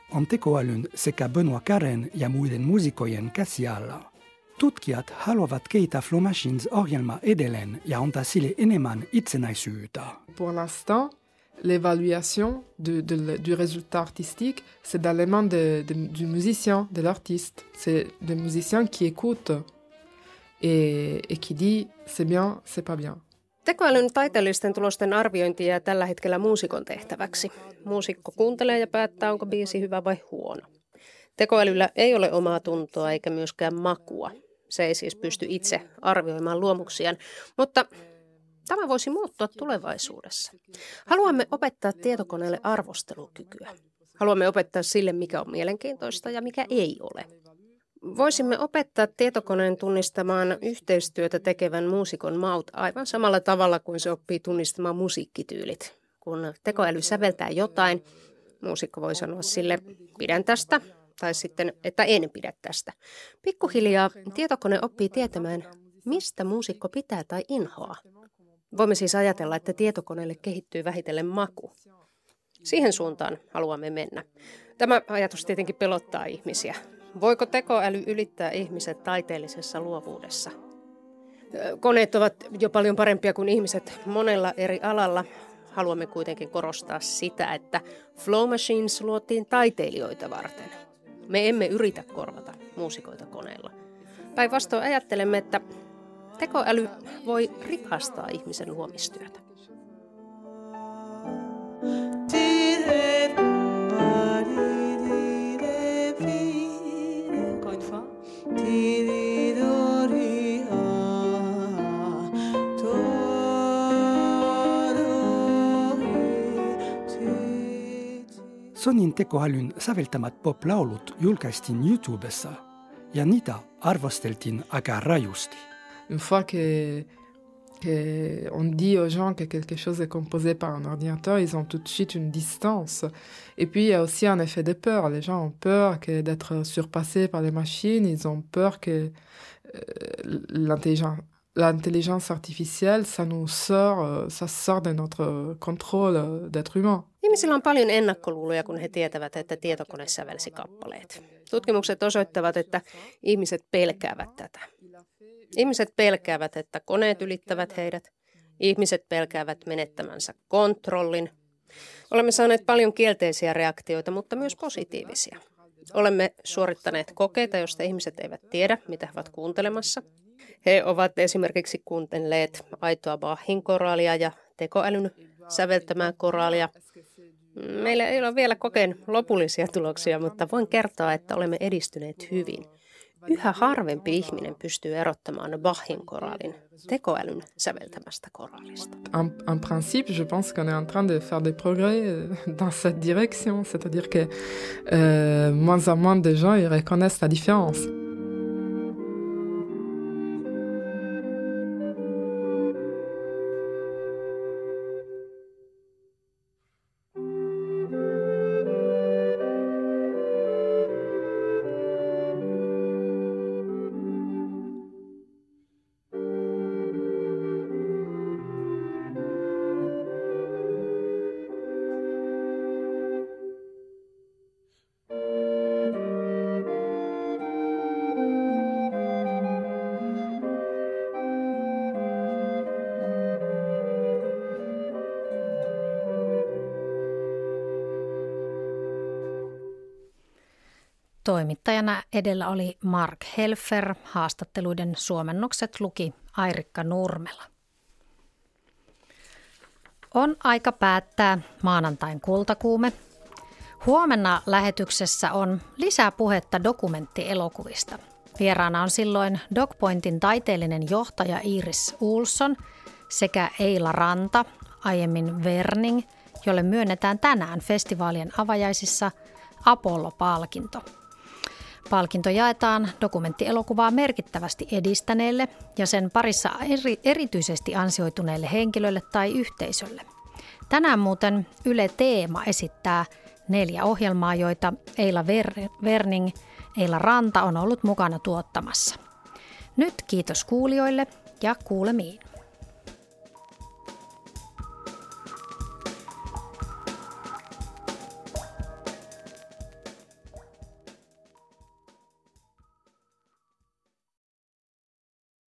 on tekoälyn sekä Benoit Carren ja muiden muusikojen käsialla. Tutkijat haluavat kehittää Flow Machines-ohjelma edelleen ja antaa sille enemmän itsenäisyyttä. Pour l'instant, l'évaluation du résultat artistique, c'est dans les mains du musicien, de l'artiste. C'est le musicien qui écoute et qui dit c'est bien, c'est pas bien. Tekoälyn taiteellisten tulosten arviointi jää tällä hetkellä muusikon tehtäväksi. Muusikko kuuntelee ja päättää, onko biisi hyvä vai huono. Tekoälyllä ei ole omaa tuntoa eikä myöskään makua. Se ei siis pysty itse arvioimaan luomuksiaan, mutta tämä voisi muuttua tulevaisuudessa. Haluamme opettaa tietokoneelle arvostelukykyä. Haluamme opettaa sille, mikä on mielenkiintoista ja mikä ei ole. Voisimme opettaa tietokoneen tunnistamaan yhteistyötä tekevän muusikon maut aivan samalla tavalla kuin se oppii tunnistamaan musiikkityylit. Kun tekoäly säveltää jotain, muusikko voi sanoa sille, pidän tästä, tai sitten, että en pidä tästä. Pikkuhiljaa tietokone oppii tietämään, mistä muusikko pitää tai inhoaa. Voimme siis ajatella, että tietokoneelle kehittyy vähitellen maku. Siihen suuntaan haluamme mennä. Tämä ajatus tietenkin pelottaa ihmisiä. Voiko tekoäly ylittää ihmiset taiteellisessa luovuudessa? Koneet ovat jo paljon parempia kuin ihmiset monella eri alalla. Haluamme kuitenkin korostaa sitä, että Flow Machines luotiin taiteilijoita varten. Me emme yritä korvata muusikoita koneella. Päinvastoin ajattelemme, että tekoäly voi rikastaa ihmisen luomistyötä. Sonin tekoälyn säveltämät pop-laulut julkaistiin YouTubessa ja niitä arvosteltiin aika rajusti. Une fois on dit aux gens que quelque chose est composé par un ordinateur, ils ont tout de suite une distance. Et puis il y a aussi un effet de peur. Les gens ont peur d'être surpassés par les machines, ils ont peur que l'intelligence artificielle, ça sort de notre contrôle d'être humain. Ihmisillä on paljon ennakkoluuloja, kun he tietävät, että tietokone sävelsi kappaleet. Tutkimukset osoittavat, että ihmiset pelkäävät tätä. Ihmiset pelkäävät, että koneet ylittävät heidät. Ihmiset pelkäävät menettämänsä kontrollin. Olemme saaneet paljon kielteisiä reaktioita, mutta myös positiivisia. Olemme suorittaneet kokeita, joista ihmiset eivät tiedä, mitä he ovat kuuntelemassa. He ovat esimerkiksi kuunnelleet aitoa Bachin koraalia ja tekoälyn säveltämää koraalia. Meillä ei ole vielä kokeen lopullisia tuloksia, mutta voin kertoa, että olemme edistyneet hyvin. Yhä harvempi ihminen pystyy erottamaan Bachin koraalin tekoälyn säveltämästä koraalista. En principe, je pense qu'on est en train de faire des progrès dans cette direction, c'est-à-dire que moins en moins de gens ils reconnaissent la différence. Toimittajana edellä oli Mark Helfer, haastatteluiden suomennokset luki Airikka Nurmela. On aika päättää maanantain kultakuume. Huomenna lähetyksessä on lisää puhetta dokumenttielokuvista. Vieraana on silloin DocPointin taiteellinen johtaja Iris Olsson sekä Eila Ranta, aiemmin Werning, jolle myönnetään tänään festivaalien avajaisissa Apollo-palkinto. Palkinto jaetaan dokumenttielokuvaa merkittävästi edistäneelle ja sen parissa erityisesti ansioituneille henkilöille tai yhteisölle. Tänään muuten Yle Teema esittää 4 ohjelmaa, joita Eila Werning, Eila Ranta on ollut mukana tuottamassa. Nyt kiitos kuulijoille ja kuulemiin.